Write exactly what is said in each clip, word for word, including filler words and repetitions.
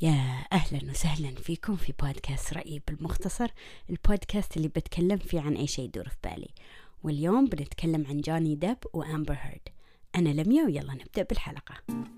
يا أهلا وسهلا فيكم في بودكاست رأيي بالمختصر، البودكاست اللي بتكلم فيه عن أي شيء يدور في بالي. واليوم بنتكلم عن جوني ديب وأمبر هيرد. أنا لميا ويلا نبدأ بالحلقة.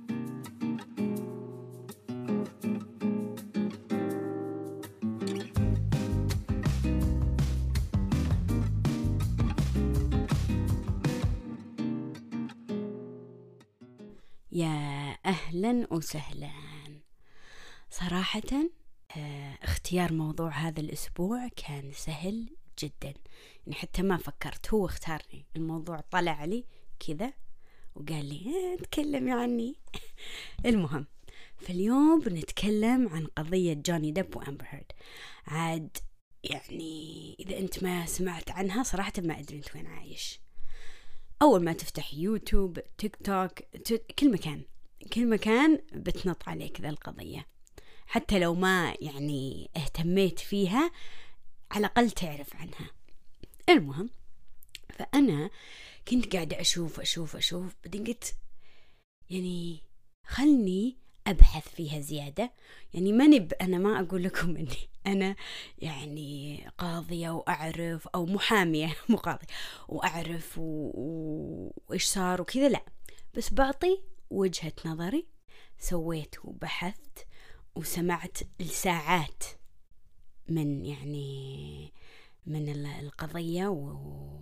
يا أهلا وسهلا. صراحة اه اختيار موضوع هذا الأسبوع كان سهل جدا، يعني حتى ما فكرت، هو اختارني الموضوع، طلع لي كذا وقال لي اه تكلمي عني. المهم، فاليوم بنتكلم عن قضية جوني ديب وأمبر هيرد. عاد يعني إذا أنت ما سمعت عنها صراحة ما أدري أنت وين عايش. أول ما تفتح يوتيوب، تيك توك، كل مكان كل مكان بتنط عليك ذا القضية، حتى لو ما يعني اهتميت فيها على الأقل تعرف عنها. المهم، فأنا كنت قاعدة أشوف أشوف أشوف بعدين قلت يعني خلني أبحث فيها زيادة. يعني ما نب أنا ما أقول لكم أني أنا يعني قاضية وأعرف، أو محامية مو قاضية وأعرف وإيش صار وكذا، لا، بس بعطي وجهة نظري. سويت وبحثت وسمعت الساعات من يعني من القضية و...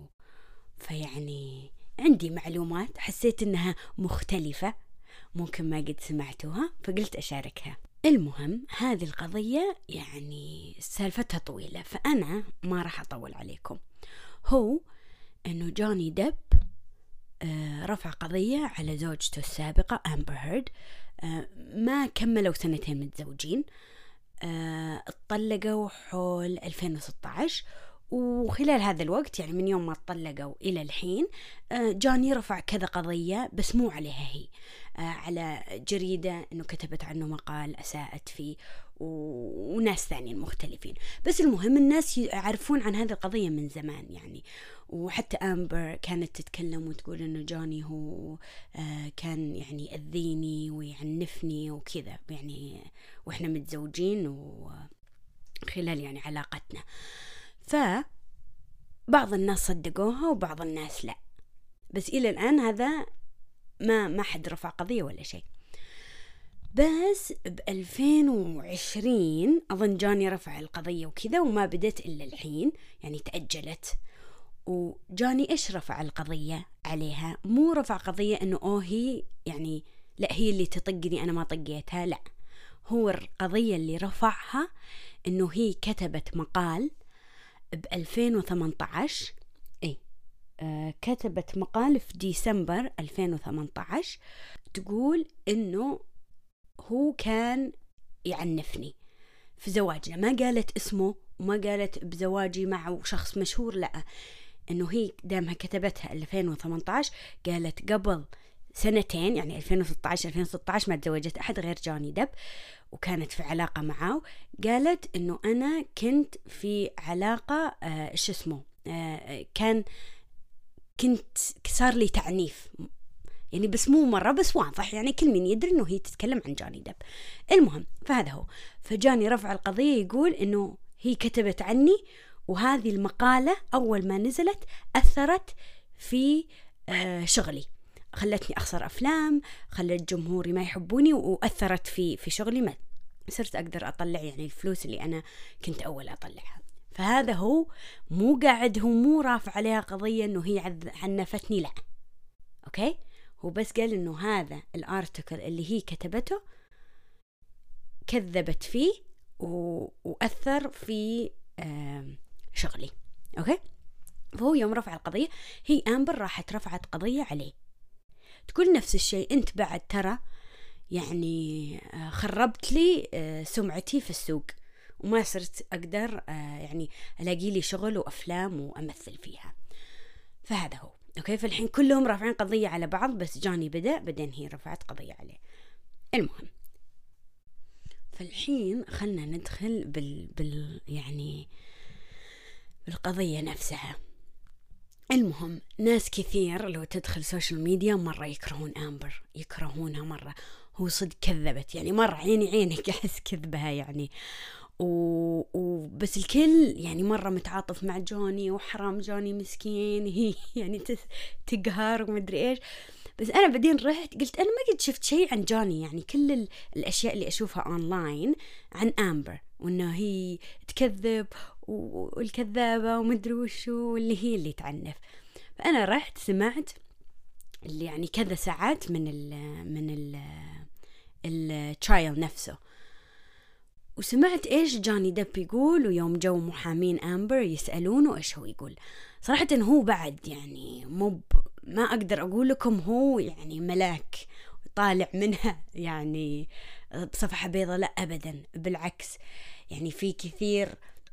فيعني عندي معلومات حسيت إنها مختلفة، ممكن ما قد سمعتوها، فقلت أشاركها. المهم، هذه القضية يعني سالفتها طويلة، فأنا ما راح أطول عليكم. هو إنه جوني ديب آه رفع قضية على زوجته السابقة أمبر هيرد. آه ما كملوا سنتين متزوجين، آه اتطلقوا حول ألفين وستة عشر، وخلال هذا الوقت يعني من يوم ما اتطلقوا إلى الحين آه جوني رفع كذا قضية، بس مو عليها هي، آه على جريدة إنه كتبت عنه مقال أساءت فيه و... وناس ثانيين مختلفين. بس المهم الناس يعرفون عن هذه القضية من زمان يعني. وحتى أمبر كانت تتكلم وتقول إنه جوني هو آه كان يعني يأذيني ويعنفني وكذا يعني، وإحنا متزوجين وخلال يعني علاقتنا. فبعض الناس صدقوها وبعض الناس لا، بس إلى الآن هذا ما ما حد رفع قضية ولا شيء. بس بألفين وعشرين أظن جوني رفع القضية وكذا، وما بدت إلا الحين، يعني تأجلت. وجوني إيش رفع القضية عليها؟ مو رفع قضية إنه أوه هي يعني لا هي اللي تطقني أنا ما طقيتها، لا، هو القضية اللي رفعها إنه هي كتبت مقال بألفين وثمانية عشر. إيه آه كتبت مقال في ديسمبر ألفين وثمانية عشر تقول إنه هو كان يعنفني في زواجنا. ما قالت اسمه وما قالت بزواجي مع شخص مشهور، لا، إنه هي دامها كتبتها ألفين وثمانية عشر قالت قبل سنتين يعني ألفين وستة عشر ألفين وستة عشر ما تزوجت أحد غير جوني ديب وكانت في علاقة معه. قالت إنه أنا كنت في علاقة آه إيش اسمه آه كان كنت صار لي تعنيف يعني، بس مو مرة، بس واضح يعني كل من يدري إنه هي تتكلم عن جوني ديب. المهم، فهذا هو. فجاني رفع القضية يقول إنه هي كتبت عني، وهذه المقالة أول ما نزلت أثرت في آه شغلي، خلتني أخسر أفلام، خلت جمهوري ما يحبوني، وأثرت في في شغلي، ما صرت أقدر أطلع يعني الفلوس اللي أنا كنت أول أطلعها. فهذا هو، مو قاعد هو مو رافع عليها قضية إنه هي عنفتني، لا، أوكي، هو بس قال إنه هذا الارتكل اللي هي كتبته كذبت فيه و... وأثر في آه شغلي، أوكي. فهو يوم رفع القضية، هي أمبر راحت رفعت قضية عليه تقول نفس الشيء، أنت بعد ترى يعني خربت لي سمعتي في السوق وما صرت أقدر يعني ألاقي لي شغل وأفلام وأمثل فيها. فهذا هو، أوكي. فالحين كلهم رافعين قضية على بعض، بس جوني بدأ بعدين هي رفعت قضية عليه. المهم، فالحين خلنا ندخل بال, بال يعني بالقضية نفسها. المهم، ناس كثير لو تدخل سوشيال ميديا مرة يكرهون أمبر، يكرهونها مرة، هو صدق كذبت، يعني مرة عيني عينك أحس كذبها يعني. وبس الكل يعني مرة متعاطف مع جوني، وحرام جوني مسكين هي يعني تقهر ومدري إيش. بس أنا بعدين رحت قلت أنا ما قد شفت شيء عن جوني، يعني كل الأشياء اللي أشوفها أونلاين عن أمبر وإنه هي تكذب والكذابة ومدري وشو واللي هي اللي تعنف. فأنا رحت سمعت اللي يعني كذا ساعات من ال من ال الترايل نفسه، وسمعت إيش جوني ديب يقول، ويوم جو محامين أمبر يسألونه إيش هو يقول. صراحة هو بعد يعني مو ما أقدر أقول لكم هو يعني ملاك طالع منها يعني بصفحة بيضة، لا أبدا، بالعكس. يعني في كثير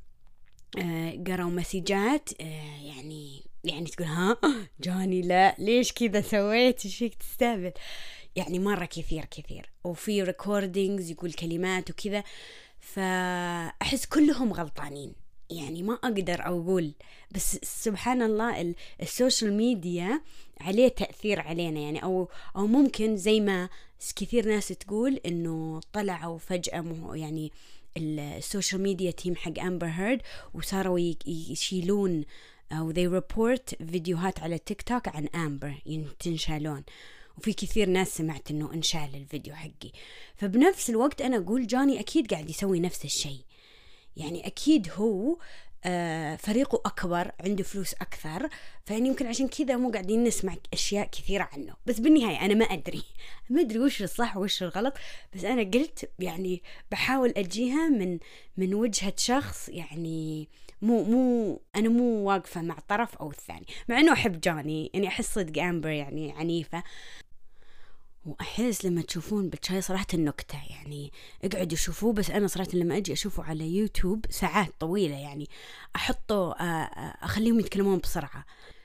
آه قرأوا مسيجات آه يعني يعني تقول ها جوني لا ليش كذا سويت، ايش فيك تستهبل، يعني مرة كثير كثير. وفي ريكوردينجز يقول كلمات وكذا، فأحس كلهم غلطانين، يعني ما أقدر أقول. بس سبحان الله السوشيال ميديا عليه تأثير علينا يعني، أو أو ممكن زي ما كثير ناس تقول إنه طلعوا فجأة يعني السوشيال ميديا تيم حق أمبر هيرد وصاروا يشيلون أو they report فيديوهات على تيك توك عن أمبر تنشالون، وفي كثير ناس سمعت إنه انشال الفيديو حقي. فبنفس الوقت أنا أقول جوني أكيد قاعد يسوي نفس الشيء، يعني أكيد هو آه فريقه أكبر، عنده فلوس أكثر، فيعني يمكن عشان كذا مو قاعدين نسمع أشياء كثيرة عنه. بس بالنهاية أنا ما أدري ما أدري وش الصح وش الغلط، بس أنا قلت يعني بحاول أجيها من من وجهة شخص يعني مو مو أنا مو واقفة مع طرف أو الثاني، مع إنه أحب جوني، يعني أحس صدق أمبر يعني عنيفة. وأحس لما تشوفون بتشاي صراحة النكتة يعني اقعدوا شوفوه، بس أنا صراحة لما أجي أشوفه على يوتيوب ساعات طويلة يعني أحطه أخليهم يتكلمون بسرعة،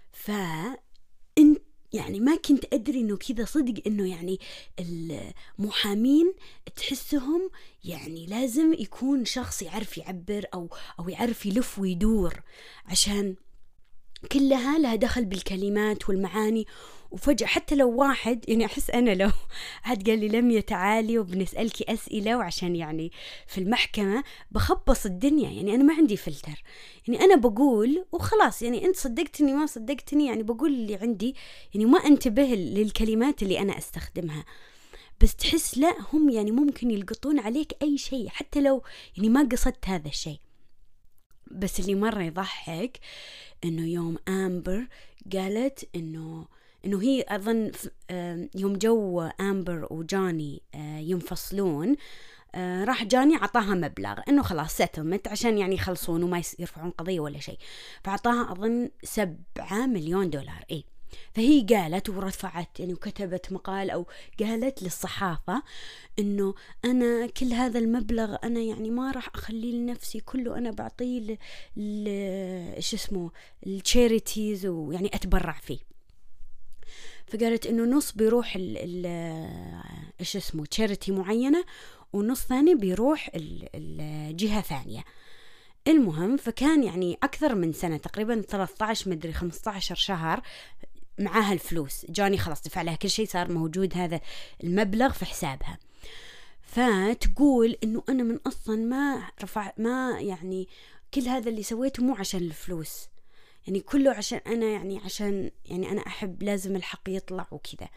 فإنت يعني ما كنت أدري إنه كذا صدق، إنه يعني المحامين تحسهم يعني لازم يكون شخص يعرف يعبر أو أو يعرف يلف ويدور، عشان كلها لها دخل بالكلمات والمعاني. وفجأة حتى لو واحد يعني أحس أنا لو عاد قال لي لميا تعالي وبنسألك أسئلة وعشان يعني في المحكمة بخبص الدنيا، يعني أنا ما عندي فلتر، يعني أنا بقول وخلاص، يعني أنت صدقتني ما صدقتني يعني بقول اللي عندي، يعني ما انتبه للكلمات اللي أنا أستخدمها. بس تحس لا هم يعني ممكن يلقطون عليك أي شيء حتى لو يعني ما قصدت هذا الشيء. بس اللي مرة يضحك إنه يوم أمبر قالت إنه إنه هي أظن يوم جو أمبر وجوني ينفصلون راح جوني عطاها مبلغ إنه خلاص settlement عشان يعني يخلصون وما يرفعون قضية ولا شيء، فعطاها أظن سبعة مليون دولار. إيه فهي قالت ورفعت يعني وكتبت مقال أو قالت للصحافة إنه أنا كل هذا المبلغ أنا يعني ما راح أخليه لنفسي كله، أنا بعطيه ل إيش اسمه التشاريتيز ويعني أتبرع فيه. فقالت إنه نص بيروح ال إيش اسمه تشاريتي معينة ونص ثاني بيروح الجهة ثانية. المهم فكان يعني أكثر من سنة تقريبا ثلاثة عشر مدري خمسة عشر شهر معاها الفلوس، جوني خلاص دفع لها كل شيء، صار موجود هذا المبلغ في حسابها. فتقول إنه أنا من أصلا ما رفع ما يعني كل هذا اللي سويته مو عشان الفلوس، يعني كله عشان أنا يعني عشان يعني أنا أحب لازم الحق يطلع وكذا.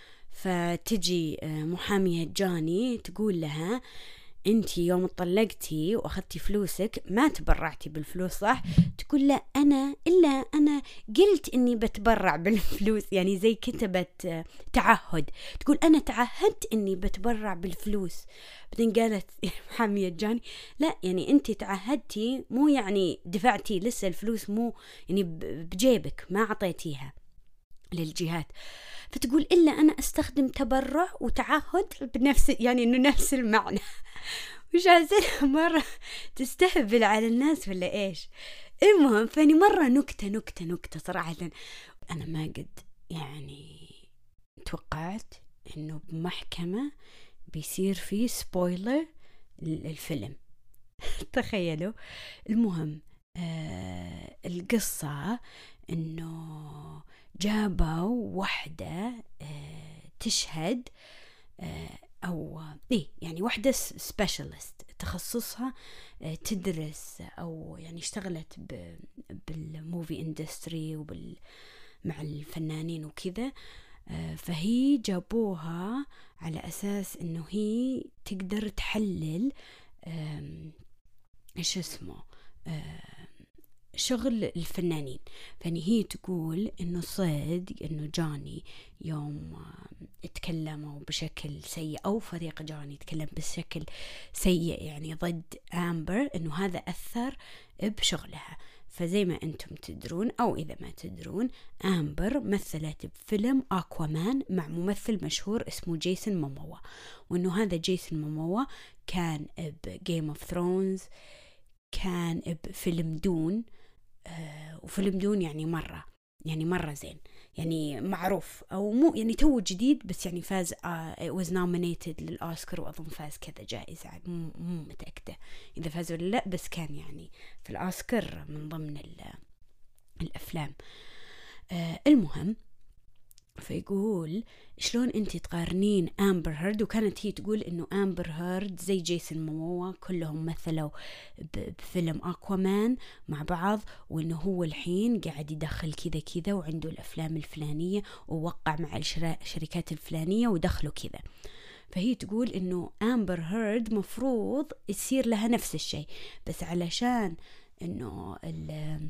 فتجي محامية جوني تقول لها انتي يوم طلقتي واخذتي فلوسك ما تبرعتي بالفلوس صح؟ تقول لا انا الا انا قلت اني بتبرع بالفلوس، يعني زي كتبت تعهد، تقول انا تعهدت اني بتبرع بالفلوس. بعدين قالت محامية جاني لا يعني انتي تعهدتي مو يعني دفعتي لسه الفلوس مو يعني بجيبك ما عطيتيها للجهات. فتقول إلا أنا أستخدم تبرع وتعهد بنفس يعني إنه نفس المعنى. وش عزيزة مرة تستهبل على الناس ولا إيش؟ المهم فاني مرة نكتة نكتة نكتة صراحة. أنا ما قد يعني توقعت إنه بمحكمة بيصير فيه سبويلر للفيلم. تخيلوا. المهم آه القصة إنه جابوا واحدة آه تشهد آه أو إيه يعني واحدة سبيشالست تخصصها تدرس أو يعني اشتغلت بالموفي اندستري وبال مع الفنانين وكذا. فهي جابوها على أساس إنه هي تقدر تحلل إيش اسمه شغل الفنانين. فاني هي تقول انه صدق انه جوني يوم اتكلموا بشكل سيء او فريق جوني يتكلم بشكل سيء يعني ضد امبر، انه هذا اثر بشغلها. فزي ما انتم تدرون او اذا ما تدرون، امبر مثلت بفيلم اكوامان مع ممثل مشهور اسمه جيسون موموا، وانه هذا جيسون موموا كان بجيم اوف ثرونز، كان بفيلم دون، آه وفيلم دون يعني مرة يعني مرة زين، يعني معروف أو مو يعني تو جديد، بس يعني فاز آه was nominated للأوسكار، وأظن فاز كذا جائزة، مو, مو متأكدة إذا فاز ولا لا، بس كان يعني في الأوسكار من ضمن الأفلام. آه المهم، فيقول شلون انتي تقارنين امبر هيرد، وكانت هي تقول انه امبر هيرد زي جيسون موموا كلهم مثلوا بفيلم اكوامان مع بعض، وانه هو الحين قاعد يدخل كذا كذا وعنده الافلام الفلانية ووقع مع الشركات الفلانية ودخلوا كذا. فهي تقول انه امبر هيرد مفروض يصير لها نفس الشيء، بس علشان انه ال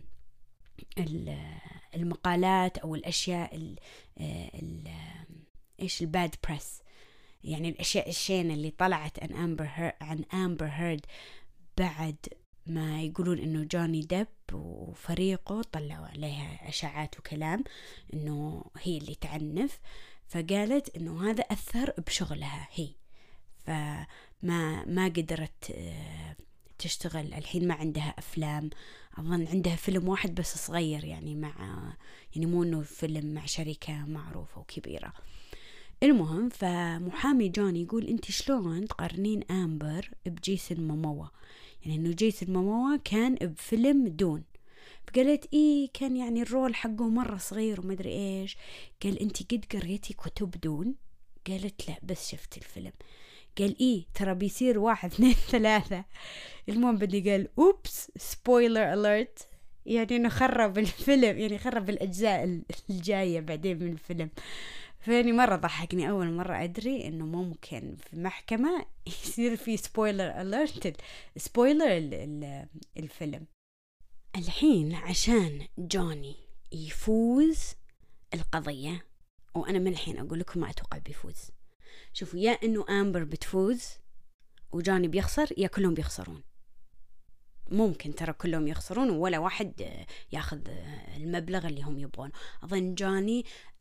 المقالات او الاشياء ال ال ايش الباد بريس، يعني الاشياء الشينة اللي طلعت عن امبر عن امبر هيرد بعد ما يقولون انه جوني ديب وفريقه طلعوا عليها اشاعات وكلام انه هي اللي تعنف، فقالت انه هذا اثر بشغلها هي، فما ما قدرت تشتغل الحين، ما عندها أفلام، أظن عندها فيلم واحد بس صغير يعني مع يعني مو إنه فيلم مع شركة معروفة وكبيرة. المهم، فمحامي جوني يقول أنت شلون تقارنين أمبر بجيسون موموا، يعني إنه جيسون موموا كان بفيلم دون. فقالت إيه كان يعني الرول حقه مرة صغير وما أدري إيش. قال أنت قد قريتي كتب دون؟ قالت لا بس شفت الفيلم. قال إيه ترى بيصير واحد اثنين ثلاثة. المهم بدي قال أوبس سبويلر أليرت، يعني إنه خرب الفيلم، يعني خرب الأجزاء الجاية بعدين من الفيلم. فيعني مرة ضحكني، أول مرة أدري إنه ممكن في محكمة يصير في سبويلر أليرت، سبويلر الفيلم. الحين عشان جوني يفوز القضية، وأنا من الحين أقول لكم ما أتوقع بيفوز. شوفوا، يا إنه أمبر بتفوز وجوني بيخسر، يا كلهم بيخسرون. ممكن ترى كلهم يخسرون ولا واحد ياخذ المبلغ اللي هم يبغون. أظن جوني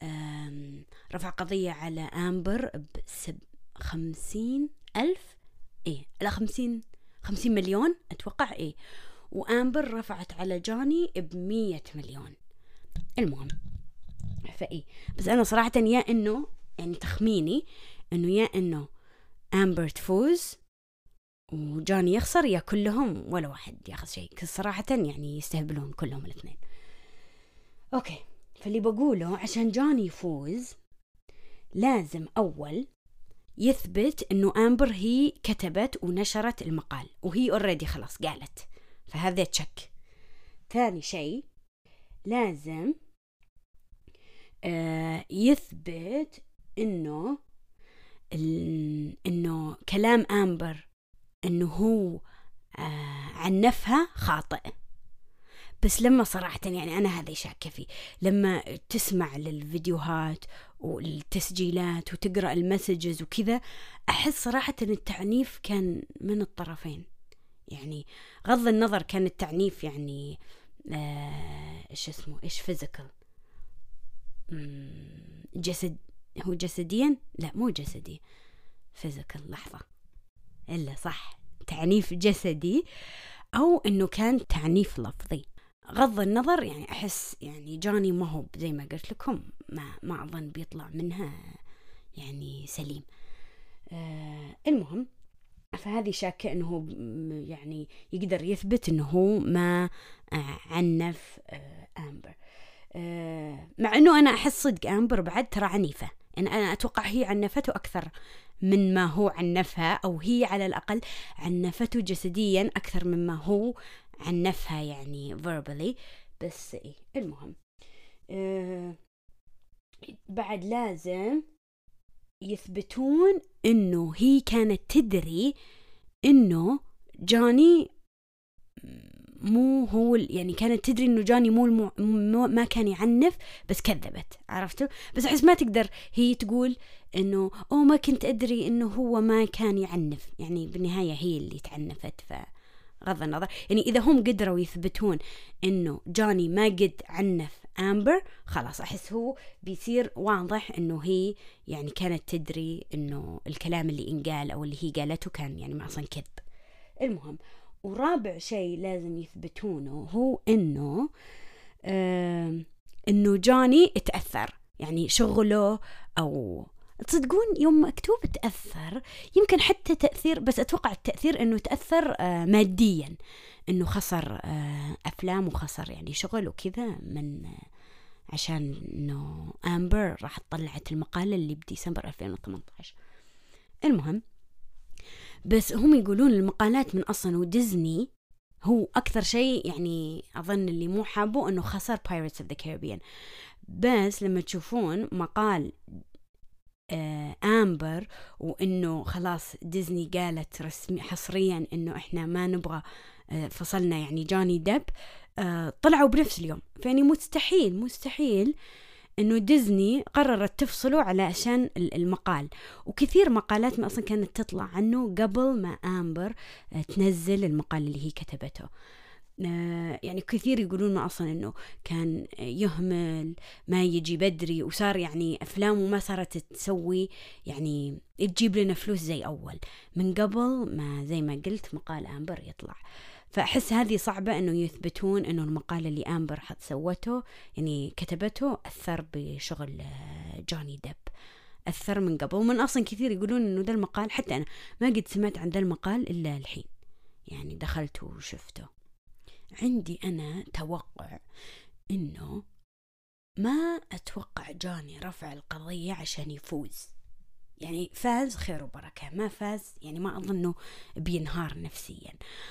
رفع قضية على أمبر بسب خمسين ألف إيه لا خمسين خمسين مليون أتوقع إيه، وأمبر رفعت على جوني بمية مليون. المهم فإيه، بس أنا صراحة يا إنه يعني تخميني إنه يا إنه أمبر تفوز وجوني يخسر، يا كلهم ولا واحد ياخذ شيء. صراحة يعني يستهبلون كلهم الاثنين. أوكي، فاللي بقوله عشان جوني يفوز لازم أول يثبت إنه أمبر هي كتبت ونشرت المقال، وهي أوريدي خلاص قالت، فهذا تشك. ثاني شيء لازم آه يثبت إنه إنه كلام أمبر إنه هو آه عنفها خاطئ. بس لما صراحة يعني أنا هذا شاكة فيه، لما تسمع للفيديوهات والتسجيلات وتقرأ المسجز وكذا، أحس صراحة أن التعنيف كان من الطرفين. يعني غض النظر كان التعنيف يعني آه إيش اسمه إيش فيزيكال، جسد، هو جسديا، لا مو جسدي، فيزيكال، لحظة إلا صح، تعنيف جسدي أو إنه كان تعنيف لفظي. غض النظر يعني أحس يعني جوني ما هو زي ما قلت لكم، ما ما أظن بيطلع منها يعني سليم. آه المهم، فهذه شاكة إنه هو يعني يقدر يثبت إنه هو ما آه عنف آه أمبر. آه مع إنه أنا أحس صدق أمبر بعد ترى عنيفة، يعني أنا أتوقع هي عنفته أكثر من ما هو عنفها، أو هي على الأقل عنفته جسديا أكثر مما هو عنفها يعني verbally. بس إيه المهم أه بعد لازم يثبتون إنه هي كانت تدري إنه جوني مو هو، يعني كانت تدري إنه جوني مو, المو مو ما كان يعنف، بس كذبت. عرفتوا؟ بس أحس ما تقدر هي تقول إنه أو ما كنت أدري إنه هو ما كان يعنف، يعني بالنهاية هي اللي تعنفت. فغض النظر يعني إذا هم قدروا يثبتون إنه جوني ما قد عنف أمبر، خلاص أحس هو بيصير واضح إنه هي يعني كانت تدري إنه الكلام اللي انقال أو اللي هي قالته كان يعني ما أصلا كذب. المهم، ورابع شيء لازم يثبتونه هو إنه آه إنه جوني اتأثر، يعني شغله أو تصدقون يوم مكتوب تأثر يمكن حتى تأثير، بس أتوقع التأثير إنه تأثر آه ماديا، إنه خسر آه أفلام وخسر يعني شغل وكذا من آه عشان إنه أمبر راح طلعت المقالة اللي بديسمبر ألفين وثمانية عشر. المهم، بس هم يقولون المقالات من أصلا وديزني هو أكثر شيء يعني أظن اللي مو حابه إنه خسر Pirates of the Caribbean. بس لما تشوفون مقال آه أمبر وإنه خلاص ديزني قالت رسمي حصريا إنه إحنا ما نبغى آه فصلنا يعني جوني ديب، آه طلعوا بنفس اليوم. فيعني مستحيل مستحيل إنه ديزني قررت تفصله علشان المقال. وكثير مقالات ما أصلا كانت تطلع عنه قبل ما أمبر آه تنزل المقال اللي هي كتبته. يعني كثير يقولون ما أصلا إنه كان يهمل، ما يجي بدري، وصار يعني أفلامه ما صارت تسوي يعني تجيب لنا فلوس زي أول من قبل ما زي ما قلت مقال أمبر يطلع. فأحس هذه صعبة إنه يثبتون إنه المقال اللي أمبر حد سوته يعني كتبته أثر بشغل جوني ديب، أثر من قبل. ومن أصلا كثير يقولون إنه ذا المقال، حتى أنا ما قد سمعت عن ذا المقال إلا الحين، يعني دخلت وشفته. عندي أنا توقع إنه ما أتوقع جوني رفع القضية عشان يفوز، يعني فاز خير وبركة، ما فاز يعني ما أظنه بينهار نفسيا.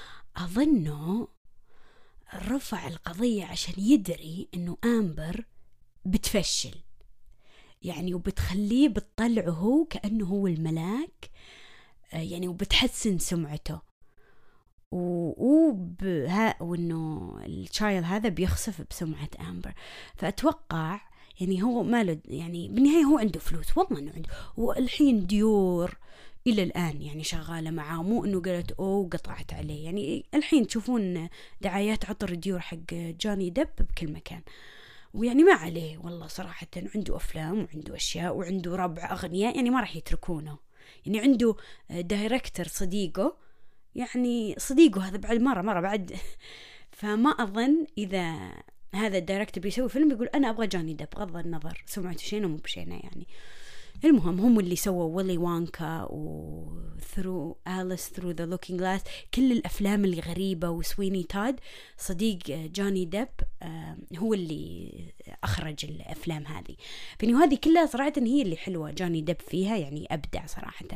أظنه رفع القضية عشان يدري إنه أمبر بتفشل يعني، وبتخليه بتطلعه هو كأنه هو الملاك يعني، وبتحسن سمعته، وبها وإنه الشايل هذا بيخسف بسمعة أمبر. فأتوقع يعني هو ماله يعني بالنهاية هو عنده فلوس، والله إنه عنده، والحين ديور إلى الآن يعني شغالة معاه، مو إنه قالت أوه قطعت عليه. يعني الحين تشوفون دعايات عطر ديور حق جوني ديب بكل مكان، ويعني ما عليه والله صراحة، عنده أفلام وعنده أشياء وعنده ربع أغنياء يعني ما راح يتركونه. يعني عنده دايركتر صديقه، يعني صديقه هذا بعد مرة مرة بعد فما أظن إذا هذا الدايركتر بيسوي فيلم بيقول أنا أبغى جوني ديب، بغض النظر سمعته شينا مو بشينا يعني. المهم هم اللي سووا ويلي وانكا و ثرو أليس ثرو ذا لوكينج جلاس، كل الأفلام اللي غريبة، وسويني تاد صديق جوني ديب هو اللي أخرج الأفلام هذه. فإنه هذه كلها صراحة هي اللي حلوة جوني ديب فيها، يعني أبدع صراحة.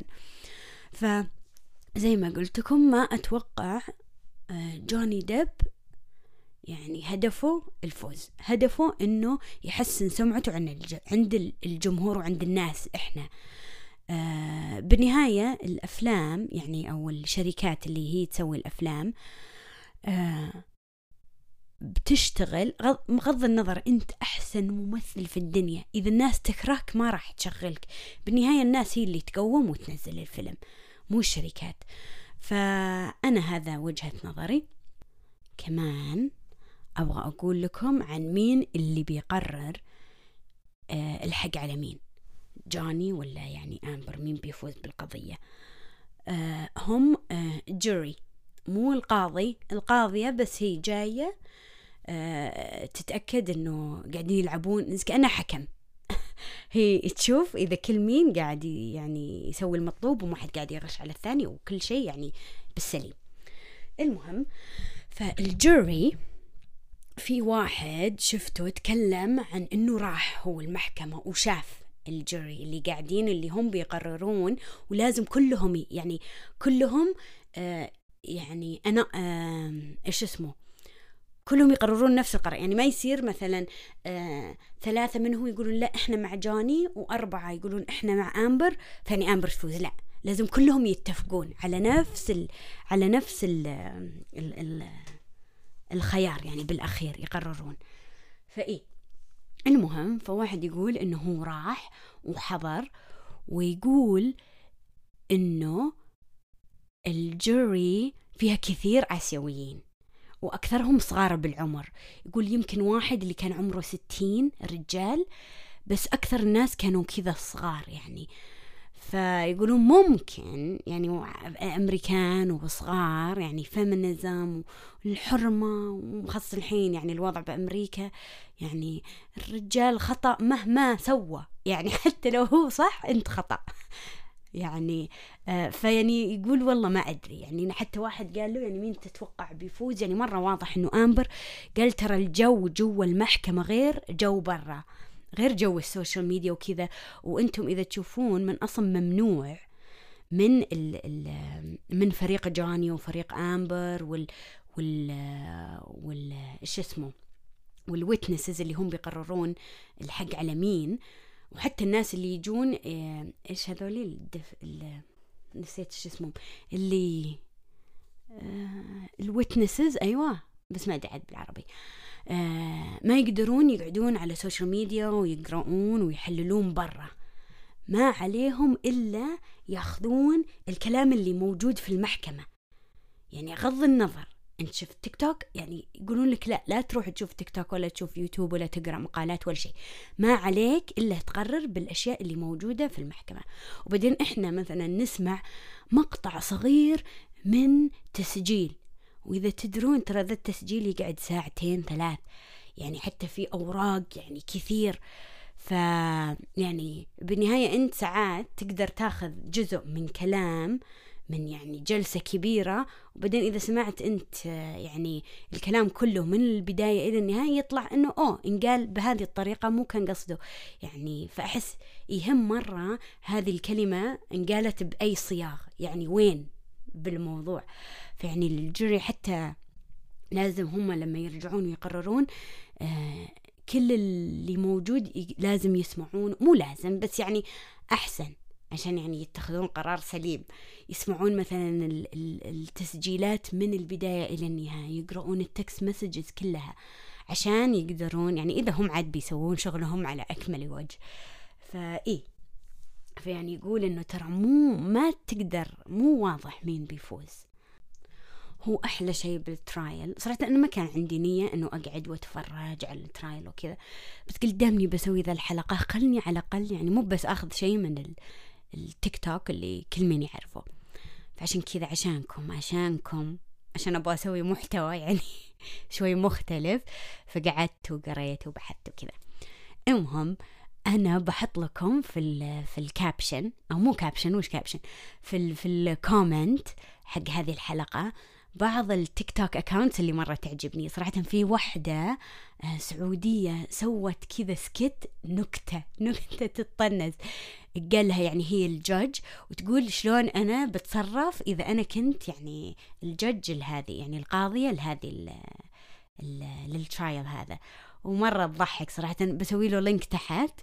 فزي ما قلت لكم ما أتوقع جوني ديب يعني هدفه الفوز، هدفه إنه يحسن سمعته عند الجمهور وعند الناس إحنا. آه بالنهاية الأفلام يعني أو الشركات اللي هي تسوي الأفلام آه بتشتغل بغض النظر أنت أحسن ممثل في الدنيا، إذا الناس تكرهك ما راح تشغلك. بالنهاية الناس هي اللي تقوم وتنزل الفيلم مو الشركات. فأنا هذا وجهة نظري. كمان أبغى أقول لكم عن مين اللي بيقرر أه الحق على مين، جوني ولا يعني أمبر، مين بيفوز بالقضية. أه هم أه جوري، مو القاضي، القاضية بس هي جاية أه تتأكد إنه قاعدين يلعبون كأنه حكم هي تشوف إذا كل مين قاعد يعني يسوي المطلوب وما حد قاعد يغش على الثاني وكل شيء يعني بالسليم. المهم فالجوري في واحد شفته تكلم عن إنه راح هو المحكمة وشاف الجوري اللي قاعدين اللي هم بيقررون، ولازم كلهم يعني كلهم آه يعني أنا آه إيش اسمه كلهم يقررون نفس القرار. يعني ما يصير مثلا آه ثلاثة منهم يقولون لا إحنا مع جوني وأربعة يقولون إحنا مع أمبر فاني أمبر تفوز. لا، لازم كلهم يتفقون على نفس ال على نفس ال ال ال الخيار، يعني بالأخير يقررون. فإيه المهم، فواحد يقول إنه هو راح وحضر، ويقول إنه الجوري فيها كثير آسيويين وأكثرهم صغار بالعمر. يقول يمكن واحد اللي كان عمره ستين رجال، بس أكثر الناس كانوا كذا صغار يعني. فيقولون ممكن يعني أمريكان وصغار، يعني فيمينيزم والحرمة، ومخصص الحين يعني الوضع بأمريكا يعني الرجال خطأ مهما سوى، يعني حتى لو هو صح انت خطأ يعني. آه فيعني يقول والله ما أدري، يعني حتى واحد قال له يعني مين تتوقع بيفوز، يعني مرة واضح إنه أمبر. قال ترى الجو جوا المحكمة غير جو برا، غير جو السوشيال ميديا وكذا. وانتم اذا تشوفون من اصلا ممنوع من ال ال من فريق جوني وفريق امبر وال وال وال ايش اسمه والويتنسز اللي هم بيقررون الحق على مين، وحتى الناس اللي يجون ايش هذولي الدف... ال... نسيت ايش اسمهم اللي الويتنسز، ايوه بس ما ادري بالعربي. آه ما يقدرون يقعدون على السوشيال ميديا ويقرؤون ويحللون برا، ما عليهم إلا ياخذون الكلام اللي موجود في المحكمة. يعني غض النظر انت شفت تيك توك، يعني يقولون لك لا لا تروح تشوف تيك توك ولا تشوف يوتيوب ولا تقرأ مقالات ولا شيء، ما عليك إلا تقرر بالأشياء اللي موجودة في المحكمة. وبعدين إحنا مثلا نسمع مقطع صغير من تسجيل، وإذا تدرون ترى ذا التسجيل يقعد ساعتين ثلاث، يعني حتى في أوراق يعني كثير. ف يعني بالنهاية أنت ساعات تقدر تاخذ جزء من كلام من يعني جلسة كبيرة، وبعدين إذا سمعت أنت يعني الكلام كله من البداية إلى النهاية يطلع أنه أوه إنقال بهذه الطريقة مو كان قصده يعني. فأحس يهم مرة هذه الكلمة انقالت بأي صياغ، يعني وين بالموضوع. فيعني الجوري حتى لازم هم لما يرجعون ويقررون آه كل اللي موجود لازم يسمعون، مو لازم بس يعني أحسن عشان يعني يتخذون قرار سليم. يسمعون مثلا التسجيلات من البداية إلى النهاية، يقرؤون التكست مسجز كلها عشان يقدرون يعني إذا هم عاد بيسوون شغلهم على أكمل وجه. فإيه فيعني يقول إنه ترى مو ما تقدر مو واضح مين بيفوز. هو أحلى شيء بالترايل صراحة أنا ما كان عندي نية إنه أقعد وأتفرج على الترايل وكذا، بس قلت دامني بسوي ذا الحلقة خلني على الأقل يعني مو بس أخذ شيء من التيك توك اللي كل من يعرفه. فعشان كذا عشانكم عشانكم عشان أبغى أسوي محتوى يعني شوي مختلف، فقعدت وقريت وبحثت وكذا. المهم أنا بحط لكم في ال في الكابشن أو مو كابشن وش كابشن في ال في الكومنت حق هذه الحلقة بعض التيك توك أكاونتس اللي مرة تعجبني صراحة. في واحدة سعودية سوت كذا سكت نكتة نكتة تطنز، قال لها يعني هي الجج وتقول شلون أنا بتصرف إذا أنا كنت يعني الجج لهذه يعني القاضية لهذه للترايل هذا، ومرة تضحك صراحة. بسوي له لينك تحت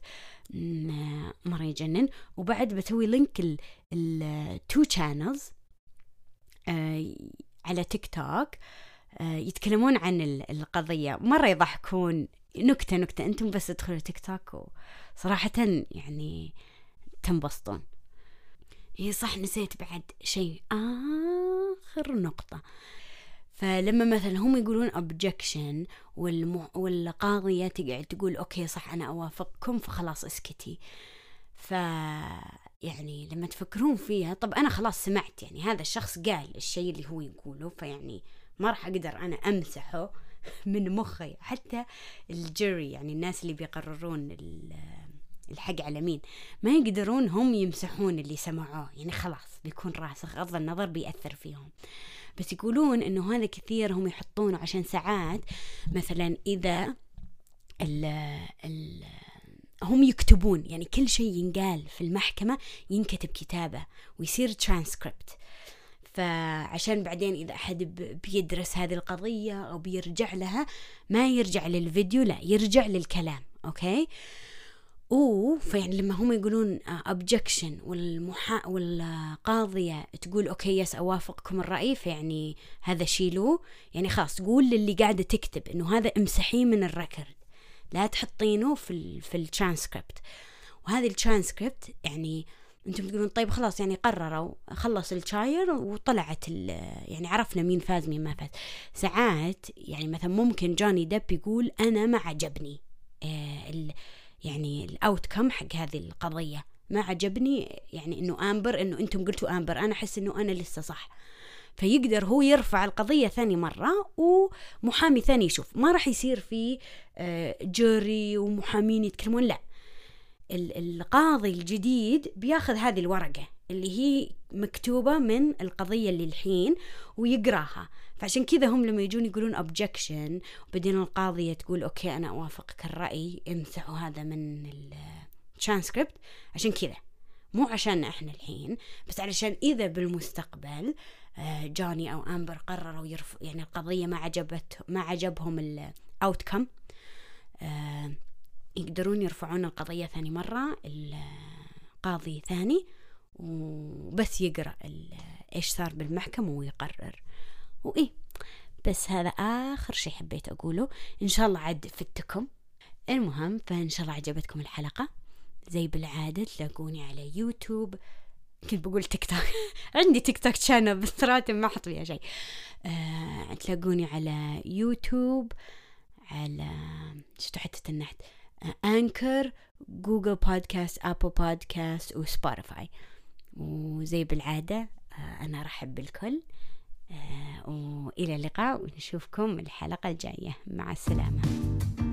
مرة يجنن، وبعد بسوي لينك التو channels على تيك توك يتكلمون عن القضية، مرة يضحكون نكتة نكتة. أنتم بس ادخلوا تيك توك وصراحة يعني تنبسطون. هي صح نسيت بعد شيء آخر نقطة. فلما مثلا هم يقولون objection والم... والقاضية تقعد تقول أوكي صح أنا أوافقكم فخلاص اسكتي. ف يعني لما تفكرون فيها طب أنا خلاص سمعت يعني هذا الشخص قال الشيء اللي هو يقوله، فيعني ما راح أقدر أنا أمسحه من مخي. حتى الجوري يعني الناس اللي بيقررون الحق على مين ما يقدرون هم يمسحون اللي سمعوه، يعني خلاص بيكون راسخ غض النظر بيأثر فيهم. بس يقولون إنه هذا كثير هم يحطونه عشان ساعات مثلا إذا ال ال هم يكتبون، يعني كل شيء ينقال في المحكمة ينكتب كتابة ويصير ترانسكريبت. فعشان بعدين إذا أحد بيدرس هذه القضية أو بيرجع لها ما يرجع للفيديو، لا يرجع للكلام. أوكي. أو فيعني لما هم يقولون objection والمحا والقاضية تقول أوكي يس أوافقكم الرأي، فيعني هذا شيلوه، يعني خلاص تقول للي قاعدة تكتب إنه هذا امسحيه من الريكورد، لا تحطينه في ال في الترانسكريبت. وهذه الترانسكريبت يعني انتم تقولون طيب خلاص يعني قرروا خلص الشاير وطلعت يعني عرفنا مين فاز مين ما فاز. ساعات يعني مثلا ممكن جوني ديب يقول أنا ما عجبني آه ال يعني الأوتكم حق هذه القضية، ما عجبني يعني إنه آمبر إنه أنتم قلتوا آمبر، أنا أحس إنه أنا لسه صح. فيقدر هو يرفع القضية ثاني مرة ومحامي ثاني يشوف. ما راح يصير في جوري ومحامين يتكلمون، لا، القاضي الجديد بياخذ هذه الورقة اللي هي مكتوبة من القضية اللي الحين ويقراها. فعشان كذا هم لما يجون يقولون objection وبعدين القاضية تقول أوكي أنا أوافقك الرأي، امسحوا هذا من الترانسكريبت، عشان كذا مو عشان إحنا الحين، بس علشان إذا بالمستقبل جوني أو أمبر قرروا يرفض يعني القضية ما عجبت ما عجبهم الأوتكم، يقدرون يرفعون القضية ثاني مرة القاضي ثاني وبس يقرأ إيش صار بالمحكمة ويقرر. وإيه بس هذا آخر شيء حبيت أقوله. إن شاء الله عد فتكم. المهم فإن شاء الله عجبتكم الحلقة. زي بالعادة تلاقوني على يوتيوب، كنت بقول تيك توك عندي تيك توك شانل بس راتب ما أحط فيها شيء. أه تلاقوني على يوتيوب، على شتو حتة النحت، أنكر، جوجل بودكاست، أبل بودكاست وسبوتيفاي. وزي بالعادة أنا أرحب بالكل، وإلى اللقاء ونشوفكم الحلقة الجاية. مع السلامة.